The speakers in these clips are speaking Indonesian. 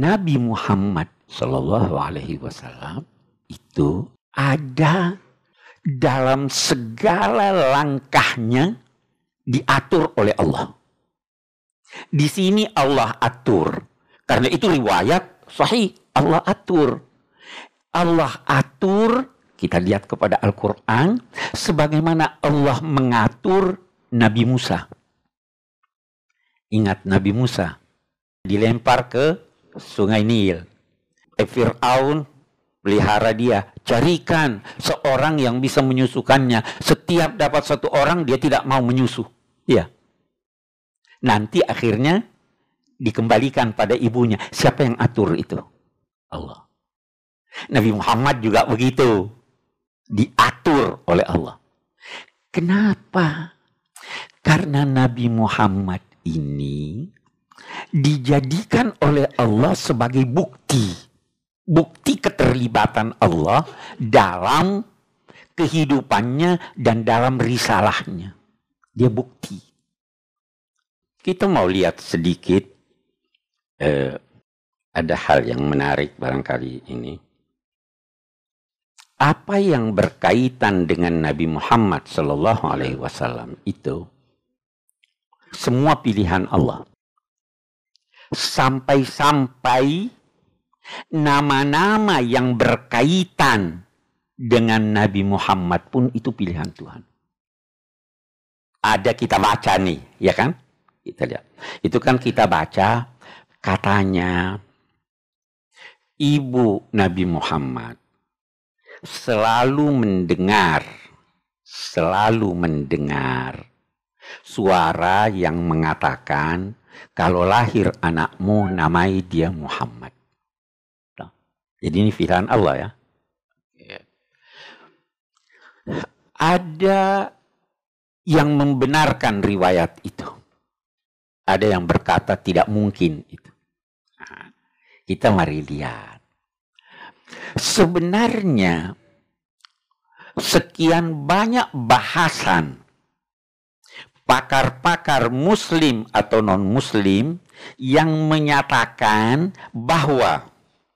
Nabi Muhammad Sallallahu Alaihi Wasallam itu ada dalam segala langkahnya diatur oleh Allah. Di sini Allah atur. Karena itu riwayat sahih, Allah atur. Allah atur, kita lihat kepada Al-Quran, sebagaimana Allah mengatur Nabi Musa. Ingat Nabi Musa, dilempar ke Sungai Nil. Fir'aun pelihara dia, carikan seorang yang bisa menyusukannya. Setiap dapat satu orang, dia tidak mau menyusu. Ya. Nanti akhirnya dikembalikan pada ibunya. Siapa yang atur itu? Allah. Nabi Muhammad juga begitu. Diatur oleh Allah. Kenapa? Karena Nabi Muhammad ini dijadikan oleh Allah sebagai bukti. Bukti keterlibatan Allah dalam kehidupannya dan dalam risalahnya. Dia bukti. Kita mau lihat sedikit, ada hal yang menarik barangkali ini. Apa yang berkaitan dengan Nabi Muhammad Sallallahu Alaihi Wasallam itu semua pilihan Allah. Sampai-sampai nama-nama yang berkaitan dengan Nabi Muhammad pun itu pilihan Tuhan. Ada kita baca nih, ya kan? Kita lihat. Itu kan kita baca katanya ibu Nabi Muhammad selalu mendengar suara yang mengatakan kalau lahir anakmu namai dia Muhammad. Jadi ini pilihan Allah ya. Ada yang membenarkan riwayat itu. Ada yang berkata tidak mungkin itu. Nah, kita mari lihat. Sebenarnya sekian banyak bahasan pakar-pakar muslim atau non-muslim yang menyatakan bahwa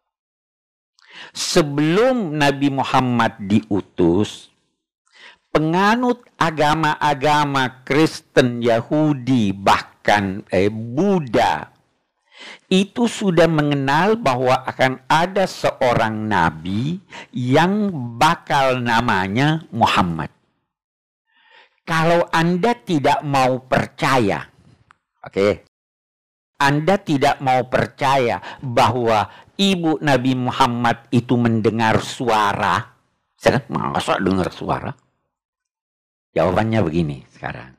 sebelum Nabi Muhammad diutus, penganut agama-agama Kristen, Yahudi, bahkan Buddha, itu sudah mengenal bahwa akan ada seorang nabi yang bakal namanya Muhammad. Kalau Anda tidak mau percaya, Anda tidak mau percaya bahwa ibu Nabi Muhammad itu mendengar suara. Saya kan masa dengar suara? Jawabannya begini sekarang.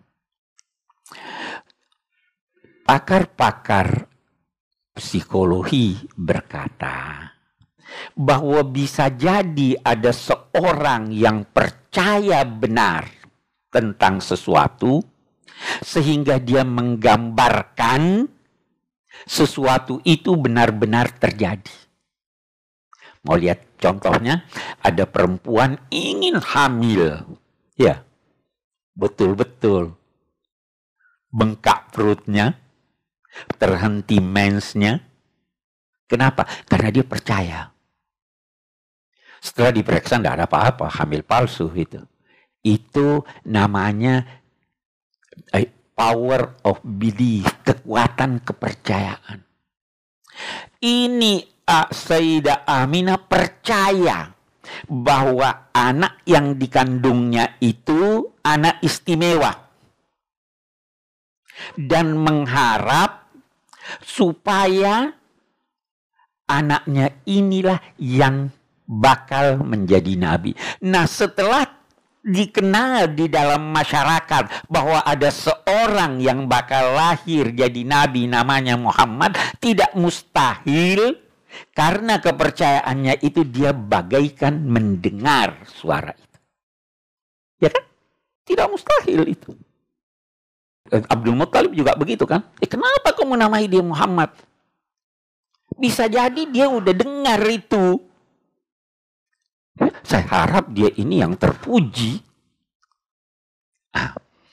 Pakar-pakar psikologi berkata bahwa bisa jadi ada seorang yang percaya benar tentang sesuatu sehingga dia menggambarkan sesuatu itu benar-benar terjadi. Mau lihat contohnya? Ada perempuan ingin hamil. Ya, betul-betul. Bengkak perutnya, terhenti mensnya. Kenapa? Karena dia percaya. Setelah diperiksa tidak ada apa-apa, hamil palsu itu. Itu namanya power of belief, kekuatan kepercayaan. Ini Sayyidah Aminah percaya bahwa anak yang dikandungnya itu anak istimewa. Dan mengharap supaya anaknya inilah yang bakal menjadi nabi. Nah, setelah dikenal di dalam masyarakat bahwa ada seorang yang bakal lahir jadi nabi namanya Muhammad, tidak mustahil karena kepercayaannya itu dia bagaikan mendengar suara itu. Ya kan? Tidak mustahil itu. Abdul Muttalib juga begitu kan? Kenapa kamu namai dia Muhammad? Bisa jadi dia udah dengar itu. Saya harap dia ini yang terpuji.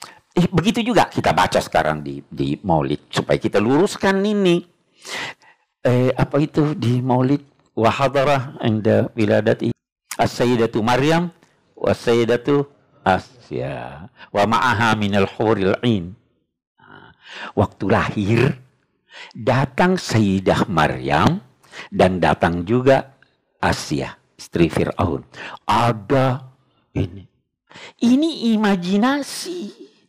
Begitu juga kita baca sekarang di Maulid supaya kita luruskan ini. Apa itu di Maulid, wa hadarah inda wiladati as-sayyidatu Maryam wa sayyidatu Asya wa ma'aha minal huril ain. Waktu lahir datang Sayyidah Maryam dan datang juga Asya, istri Fir'aun. Ada ini. Ini imajinasi.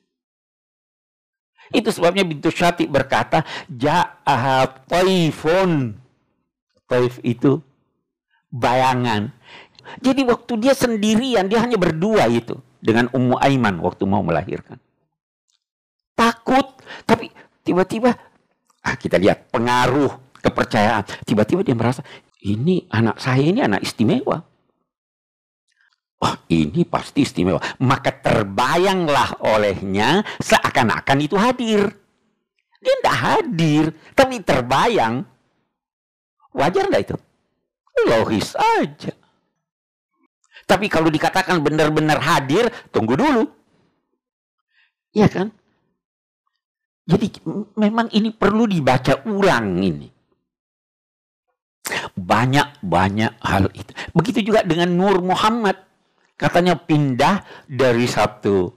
Itu sebabnya Bintu Syati berkata, Ja'a taifun. Taif itu bayangan. Jadi waktu dia sendirian, dia hanya berdua itu dengan Ummu Aiman waktu mau melahirkan. Takut, tapi tiba-tiba kita lihat pengaruh kepercayaan. Tiba-tiba dia merasa, ini anak saya ini anak istimewa. Oh, ini pasti istimewa. Maka terbayanglah olehnya seakan-akan itu hadir. Dia tidak hadir, tapi terbayang. Wajar nggak itu? Logis aja. Tapi kalau dikatakan benar-benar hadir, tunggu dulu. Iya kan? Jadi memang ini perlu dibaca ulang ini. Banyak hal itu. Begitu juga dengan Nur Muhammad. Katanya pindah dari satu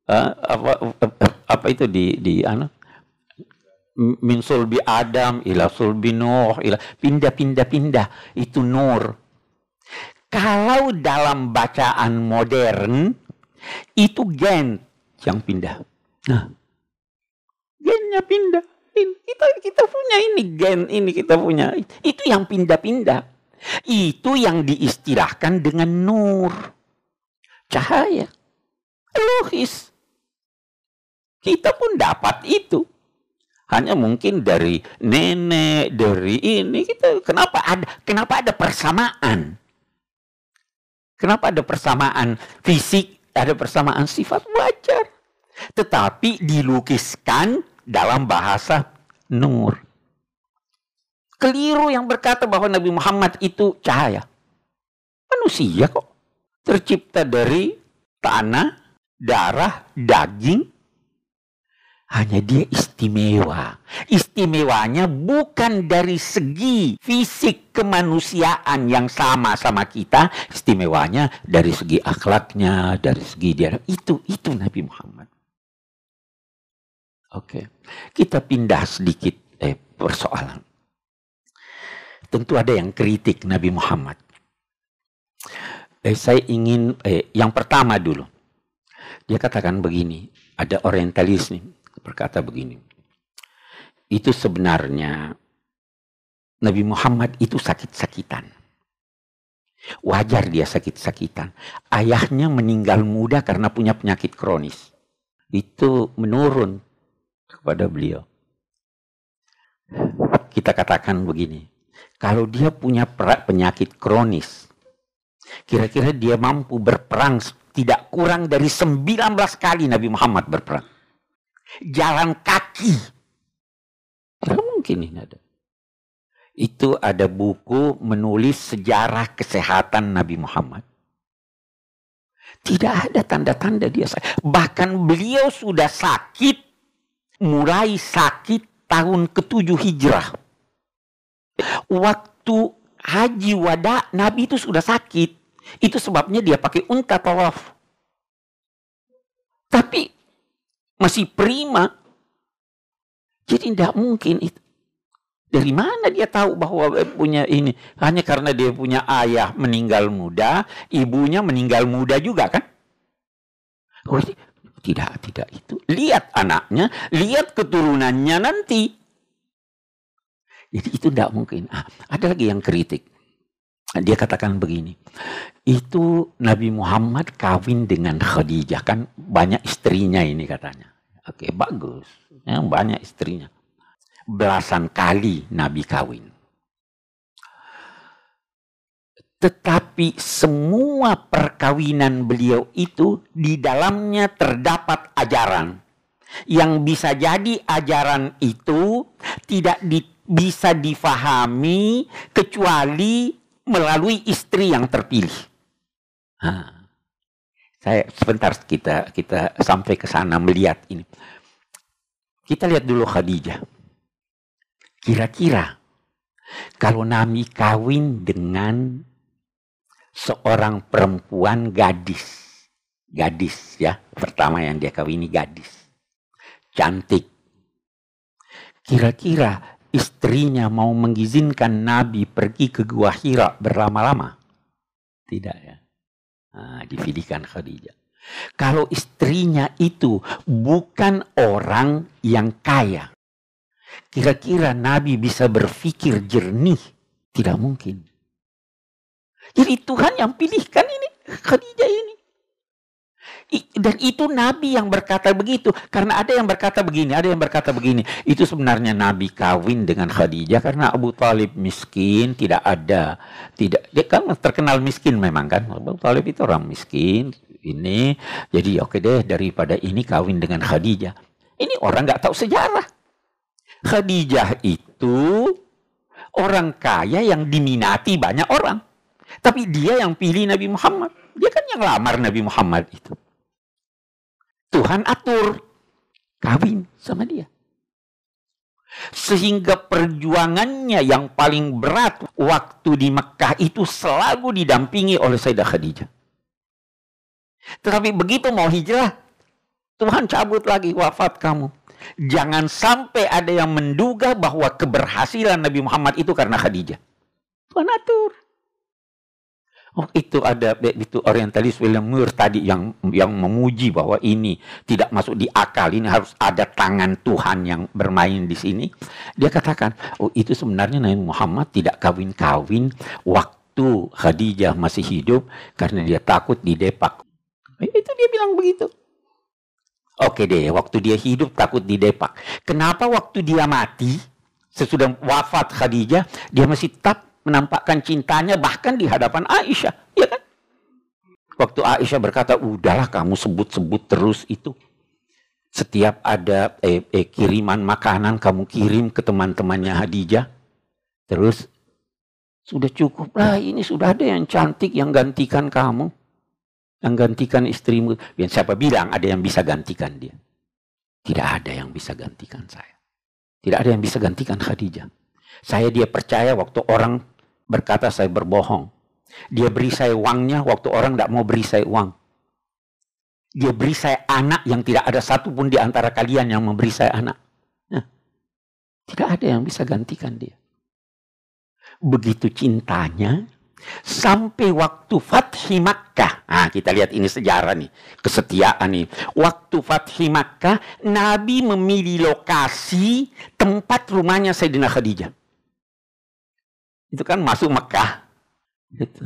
apa itu di min sulbi Adam ila sulbi Nuh, ila pindah itu Nur. Kalau dalam bacaan modern itu gen yang pindah. Nah, gennya pindah. Kita punya ini gen ini kita punya. Itu yang pindah-pindah. Itu yang diistilahkan dengan nur. Cahaya. Logis. Kita pun dapat itu. Hanya mungkin dari nenek, dari ini kita kenapa ada persamaan? Kenapa ada persamaan fisik, ada persamaan sifat, wajar. Tetapi dilukiskan dalam bahasa nur. Keliru yang berkata bahwa Nabi Muhammad itu cahaya. Manusia kok. Tercipta dari tanah, darah, daging. Hanya dia istimewa. Istimewanya bukan dari segi fisik kemanusiaan yang sama kita. Istimewanya dari segi akhlaknya, dari segi dia. Itu Nabi Muhammad. Oke. Kita pindah sedikit persoalan. Tentu ada yang kritik Nabi Muhammad. Saya ingin yang pertama dulu. Dia katakan begini, ada orientalis nih berkata begini. Itu sebenarnya Nabi Muhammad itu sakit-sakitan. Wajar dia sakit-sakitan. Ayahnya meninggal muda karena punya penyakit kronis. Itu menurun kepada beliau. Kita katakan begini, kalau dia punya penyakit kronis, kira-kira dia mampu berperang tidak kurang dari 19 kali Nabi Muhammad berperang. Jalan kaki. Tidak mungkin ini ada. Itu ada buku menulis sejarah kesehatan Nabi Muhammad. Tidak ada tanda-tanda dia sakit. Bahkan beliau sudah sakit, mulai sakit tahun ke-7 Hijrah. Waktu haji wada, Nabi itu sudah sakit. Itu sebabnya dia pakai unta tawaf. Tapi masih prima. Jadi tidak mungkin itu. Dari mana dia tahu bahwa punya ini? Hanya karena dia punya ayah meninggal muda, ibunya meninggal muda juga kan? Oh, tidak itu. Lihat anaknya, lihat keturunannya nanti. Jadi itu tidak mungkin. Ada lagi yang kritik. Dia katakan begini, itu Nabi Muhammad kawin dengan Khadijah, kan banyak istrinya ini katanya. Oke, bagus, ya, banyak istrinya. Belasan kali Nabi kawin. Tetapi semua perkawinan beliau itu di dalamnya terdapat ajaran. Yang bisa jadi ajaran itu tidak bisa difahami kecuali melalui istri yang terpilih. Saya sebentar kita sampai ke sana melihat ini. Kita lihat dulu Khadijah. Kira-kira Kalau Nabi kawin dengan seorang perempuan gadis. Gadis ya, pertama yang dia kawini gadis. Cantik. Kira-kira istrinya mau mengizinkan Nabi pergi ke Gua Hira berlama-lama? Tidak ya. Nah, dipilihkan Khadijah. Kalau istrinya itu bukan orang yang kaya, kira-kira Nabi bisa berpikir jernih? Tidak mungkin. Jadi Tuhan yang pilihkan ini, Khadijah ini. Dan itu Nabi yang berkata begitu. Karena ada yang berkata begini, ada yang berkata begini. Itu sebenarnya Nabi kawin dengan Khadijah karena Abu Talib miskin, tidak ada. Dia kan terkenal miskin memang kan. Abu Talib itu orang miskin. Ini, jadi oke deh, daripada ini kawin dengan Khadijah. Ini orang nggak tahu sejarah. Khadijah itu orang kaya yang diminati banyak orang. Tapi dia yang pilih Nabi Muhammad. Dia kan yang lamar Nabi Muhammad itu. Tuhan atur kawin sama dia. Sehingga perjuangannya yang paling berat waktu di Mekah itu selalu didampingi oleh Sayyidah Khadijah. Tetapi begitu mau hijrah, Tuhan cabut lagi, wafat kamu. Jangan sampai ada yang menduga bahwa keberhasilan Nabi Muhammad itu karena Khadijah. Tuhan atur. Oh, itu ada itu orientalis William Moore tadi yang memuji bahwa ini tidak masuk di akal, ini harus ada tangan Tuhan yang bermain di sini. Dia katakan, oh itu sebenarnya Nabi Muhammad tidak kawin-kawin waktu Khadijah masih hidup karena dia takut didepak. Itu dia bilang begitu. Oke deh, waktu dia hidup takut didepak. Kenapa waktu dia mati, sesudah wafat Khadijah, dia masih tetap menampakkan cintanya bahkan di hadapan Aisyah, ya kan? Waktu Aisyah berkata, udahlah kamu sebut-sebut terus itu. Setiap ada kiriman makanan kamu kirim ke teman-temannya Khadijah. Terus sudah cukup lah, ini sudah ada yang cantik yang gantikan kamu, yang gantikan istrimu. Dan siapa bilang ada yang bisa gantikan dia? Tidak ada yang bisa gantikan saya. Tidak ada yang bisa gantikan Khadijah. Dia percaya waktu orang berkata saya berbohong. Dia beri saya uangnya waktu orang tidak mau beri saya uang. Dia beri saya anak yang tidak ada satupun di antara kalian yang memberi saya anak. Nah, tidak ada yang bisa gantikan dia. Begitu cintanya sampai waktu Fathi Makkah. Nah, kita lihat ini sejarah nih, kesetiaan nih. Waktu Fathi Makkah, Nabi memilih lokasi tempat rumahnya Sayyidina Khadijah. Itu kan masuk Mekah. Gitu.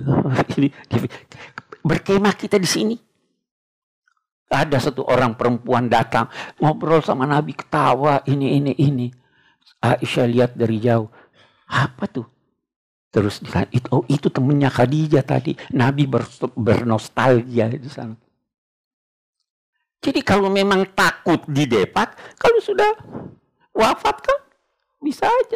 Berkemah kita di sini. Ada satu orang perempuan datang ngobrol sama Nabi, ketawa ini. Aisyah lihat dari jauh. Apa tuh? Terus itu temannya Khadijah tadi. Nabi bernostalgia di sana. Jadi kalau memang takut didepak, kalau sudah wafat kan bisa aja.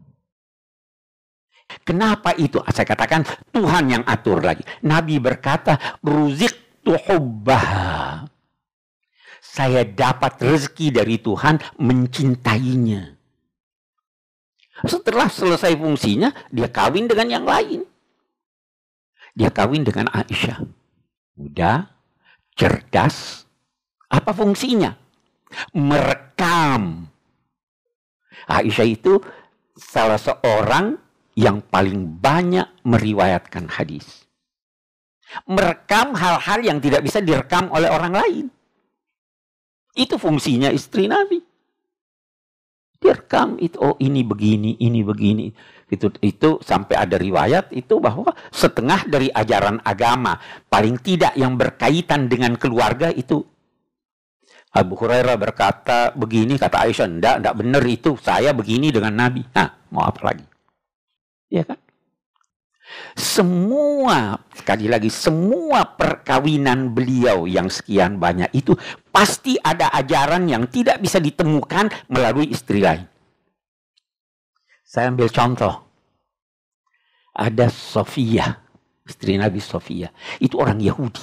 Kenapa itu? Saya katakan Tuhan yang atur lagi. Nabi berkata, ruziqtu hubbaha. Saya dapat rezeki dari Tuhan mencintainya. Setelah selesai fungsinya, dia kawin dengan yang lain. Dia kawin dengan Aisyah. Muda, cerdas. Apa fungsinya? Merekam. Aisyah itu salah seorang yang paling banyak meriwayatkan hadis. Merekam hal-hal yang tidak bisa direkam oleh orang lain. Itu fungsinya istri Nabi. Direkam itu, oh ini begini. Itu sampai ada riwayat itu bahwa setengah dari ajaran agama, paling tidak yang berkaitan dengan keluarga itu. Abu Hurairah berkata begini, kata Aisyah, enggak benar itu, saya begini dengan Nabi. Nah, mau apa lagi? Ya kan? Sekali lagi, semua perkawinan beliau yang sekian banyak itu pasti ada ajaran yang tidak bisa ditemukan melalui istri lain. Saya ambil contoh. Ada Sofia, istri Nabi Sofia. Itu orang Yahudi.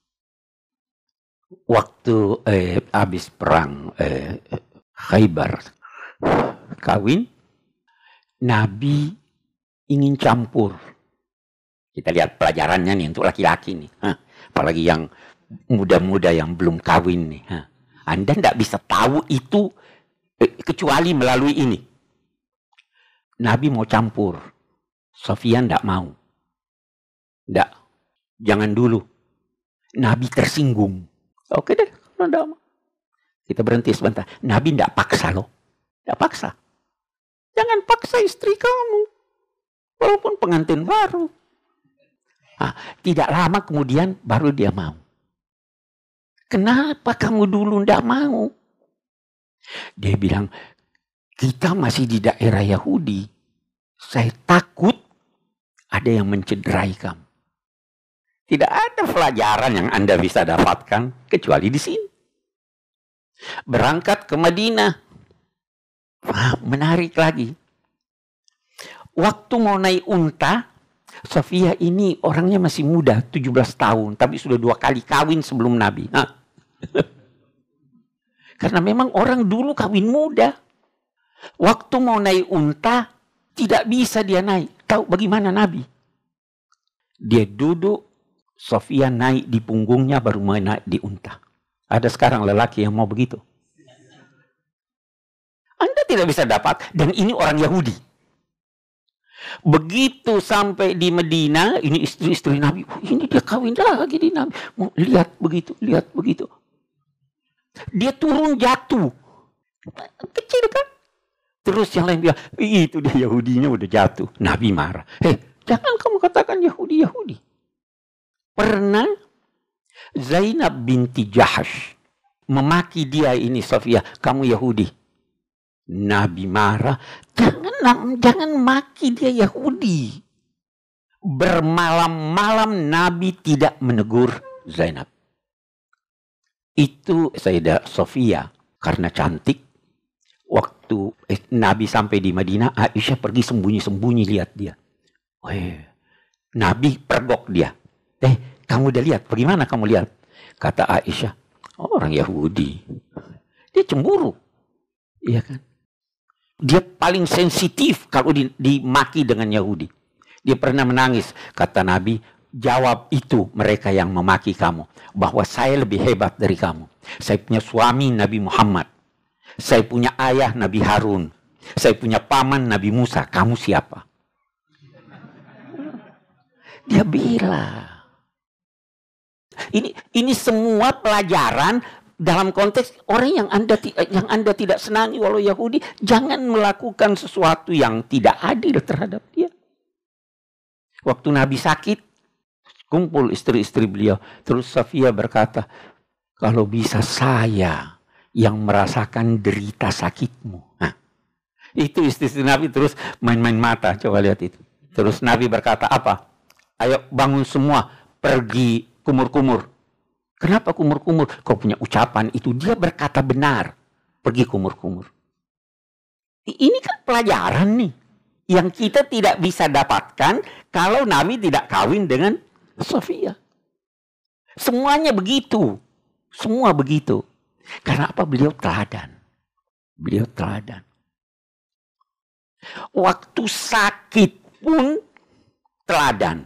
Waktu habis perang Khaybar, kawin, Nabi ingin campur. Kita lihat pelajarannya nih untuk laki-laki nih. Apalagi yang muda-muda yang belum kawin nih. Anda tidak bisa tahu itu kecuali melalui ini. Nabi mau campur. Sofia tidak mau. Tidak. Jangan dulu. Nabi tersinggung. Oke deh. Tidak mau. Kita berhenti sebentar. Nabi tidak paksa loh. Tidak paksa. Jangan paksa istri kamu. Walaupun pengantin baru. Tidak lama kemudian baru dia mau. Kenapa kamu dulu tidak mau? Dia bilang, kita masih di daerah Yahudi. Saya takut ada yang mencederai kamu. Tidak ada pelajaran yang Anda bisa dapatkan kecuali di sini. Berangkat ke Madinah. Menarik lagi. Waktu mau naik unta, Sofia ini orangnya masih muda, 17 tahun. Tapi sudah 2 kali kawin sebelum Nabi. Karena memang orang dulu kawin muda. Waktu mau naik unta, tidak bisa dia naik. Tahu bagaimana Nabi? Dia duduk, Sofia naik di punggungnya, baru mau naik di unta. Ada sekarang lelaki yang mau begitu. Anda tidak bisa dapat, dan ini orang Yahudi. Begitu sampai di Medina, ini istri-istri Nabi. Ini dia kawin lagi di Nabi. Lihat begitu, lihat begitu. Dia turun jatuh. Kecil kan? Terus yang lain bilang, itu dia Yahudinya udah jatuh. Nabi marah. Jangan kamu katakan Yahudi. Pernah Zainab binti Jahash memaki dia ini Sofia, kamu Yahudi. Nabi marah, jangan maki dia Yahudi. Bermalam-malam Nabi tidak menegur Zainab. Itu Sayyidah Sofia karena cantik. Waktu Nabi sampai di Madinah, Aisyah pergi sembunyi-sembunyi lihat dia. Nabi pergok dia. Kamu udah lihat? Bagaimana kamu lihat? Kata Aisyah, orang Yahudi. Dia cemburu. Iya kan? Dia paling sensitif kalau dimaki dengan Yahudi. Dia pernah menangis. Kata Nabi, jawab itu mereka yang memaki kamu. Bahwa saya lebih hebat dari kamu. Saya punya suami Nabi Muhammad. Saya punya ayah Nabi Harun. Saya punya paman Nabi Musa. Kamu siapa? Dia bilang. Ini semua pelajaran dalam konteks orang yang Anda tidak senangi walau Yahudi, jangan melakukan sesuatu yang tidak adil terhadap dia. Waktu Nabi sakit, kumpul istri-istri beliau. Terus Sofia berkata, kalau bisa saya yang merasakan derita sakitmu. Itu istri-istri Nabi terus main-main mata. Coba lihat itu. Terus Nabi berkata apa? Ayo bangun semua, pergi kumur-kumur. Kenapa kumur-kumur? Kau punya ucapan itu. Dia berkata benar. Pergi kumur-kumur. Ini kan pelajaran nih. Yang kita tidak bisa dapatkan kalau Nabi tidak kawin dengan Sofia. Semuanya begitu. Semua begitu. Karena apa? Beliau teladan. Beliau teladan. Waktu sakit pun teladan.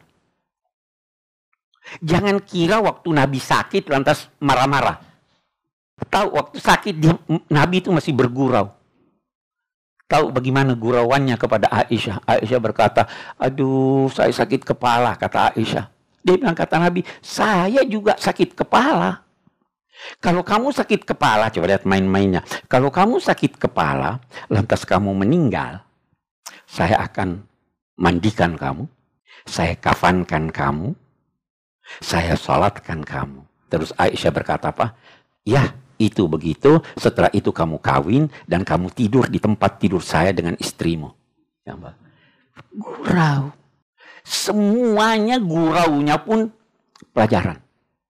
Jangan kira waktu Nabi sakit lantas marah-marah. Tahu waktu sakit Nabi itu masih bergurau. Tahu bagaimana gurauannya kepada Aisyah. Aisyah berkata, aduh saya sakit kepala, kata Aisyah. Dia bilang kata Nabi, saya juga sakit kepala. Kalau kamu sakit kepala, coba lihat main-mainnya. Kalau kamu sakit kepala, lantas kamu meninggal, saya akan mandikan kamu, saya kafankan kamu, saya sholatkan kamu. Terus Aisyah berkata apa? Ya, itu begitu. Setelah itu kamu kawin dan kamu tidur di tempat tidur saya dengan istrimu. Gurau. Semuanya guraunya pun pelajaran.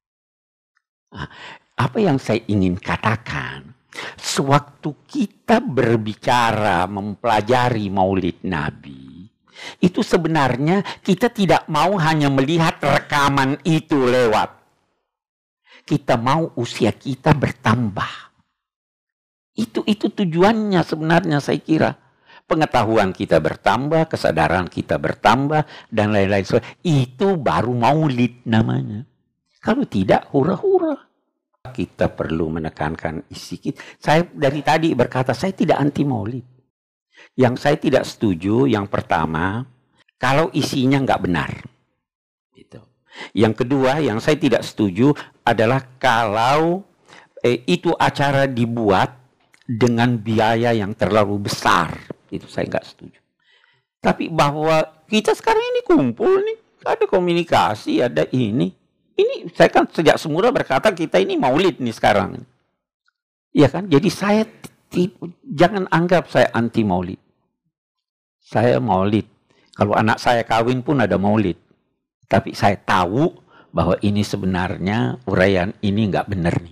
Apa yang saya ingin katakan? Sewaktu kita berbicara, mempelajari Maulid Nabi, itu sebenarnya kita tidak mau hanya melihat rekaman itu lewat. Kita mau usia kita bertambah. Itu tujuannya sebenarnya saya kira. pengetahuan kita bertambah, kesadaran kita bertambah, dan lain-lain. Itu baru maulid namanya. Kalau tidak, hura-hura. Kita perlu menekankan isi kita. Saya dari tadi berkata, saya tidak anti maulid. Yang saya tidak setuju, yang pertama, kalau isinya nggak benar. Gitu. Yang kedua, yang saya tidak setuju adalah kalau itu acara dibuat dengan biaya yang terlalu besar. Itu saya nggak setuju. Tapi bahwa kita sekarang ini kumpul nih, ada komunikasi, ada ini. Ini saya kan sejak semula berkata kita ini maulid nih sekarang. Iya kan? Jadi saya jangan anggap saya anti maulid. Saya maulid. Kalau anak saya kawin pun ada maulid. Tapi saya tahu bahwa ini sebenarnya uraian ini nggak benar nih.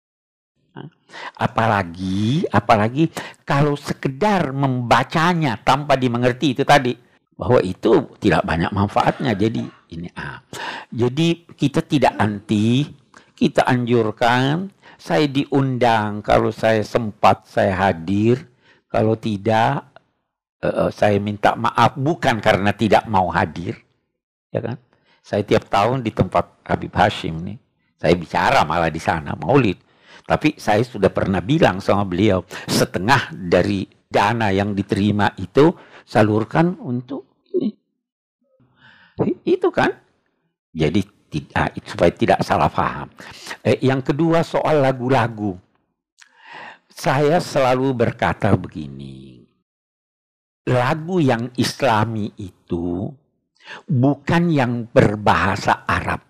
Apalagi kalau sekedar membacanya tanpa dimengerti itu tadi. Bahwa itu tidak banyak manfaatnya. Jadi kita tidak anti, kita anjurkan. Saya diundang, kalau saya sempat saya hadir. Kalau tidak, saya minta maaf bukan karena tidak mau hadir, ya kan? Saya tiap tahun di tempat Habib Hashim nih, saya bicara malah di sana maulid. Tapi saya sudah pernah bilang sama beliau, setengah dari dana yang diterima itu salurkan untuk ini. Itu kan? Jadi supaya tidak salah paham. Yang kedua soal lagu-lagu. Saya selalu berkata begini. Lagu yang Islami itu bukan yang berbahasa Arab.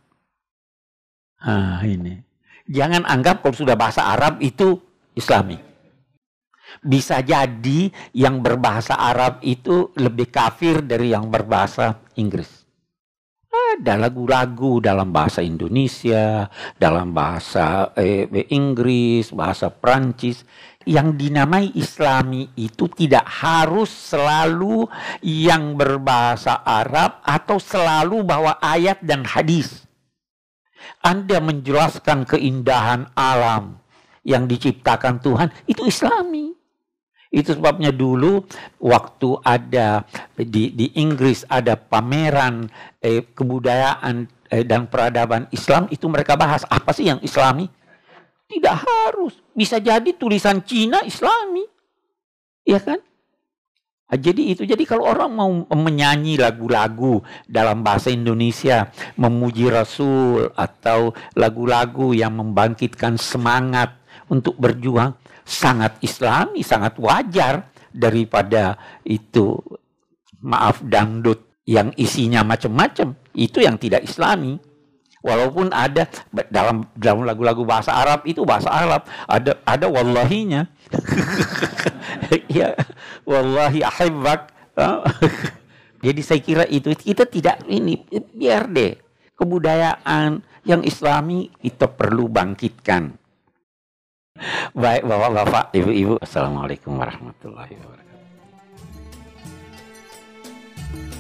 Ini. Jangan anggap kalau sudah bahasa Arab itu Islami. Bisa jadi yang berbahasa Arab itu lebih kafir dari yang berbahasa Inggris. Ada lagu-lagu dalam bahasa Indonesia, dalam bahasa Inggris, bahasa Prancis. Yang dinamai Islami itu tidak harus selalu yang berbahasa Arab atau selalu bawa ayat dan hadis. Anda menjelaskan keindahan alam yang diciptakan Tuhan, itu Islami. Itu sebabnya dulu waktu ada di Inggris ada pameran kebudayaan dan peradaban Islam, itu mereka bahas apa sih yang Islami? Tidak harus. Bisa jadi tulisan Cina Islami. Iya kan? Jadi kalau orang mau menyanyi lagu-lagu dalam bahasa Indonesia, memuji Rasul atau lagu-lagu yang membangkitkan semangat untuk berjuang, sangat Islami, sangat wajar daripada itu maaf dangdut yang isinya macam-macam. Itu yang tidak Islami. Walaupun ada dalam lagu-lagu bahasa Arab itu bahasa Arab ada wallahinya. Ya, wallahi ahibbak. Jadi saya kira itu kita tidak ini, biar deh kebudayaan yang Islami kita perlu bangkitkan. Baik Bapak-bapak, Ibu-ibu, assalamualaikum warahmatullahi wabarakatuh.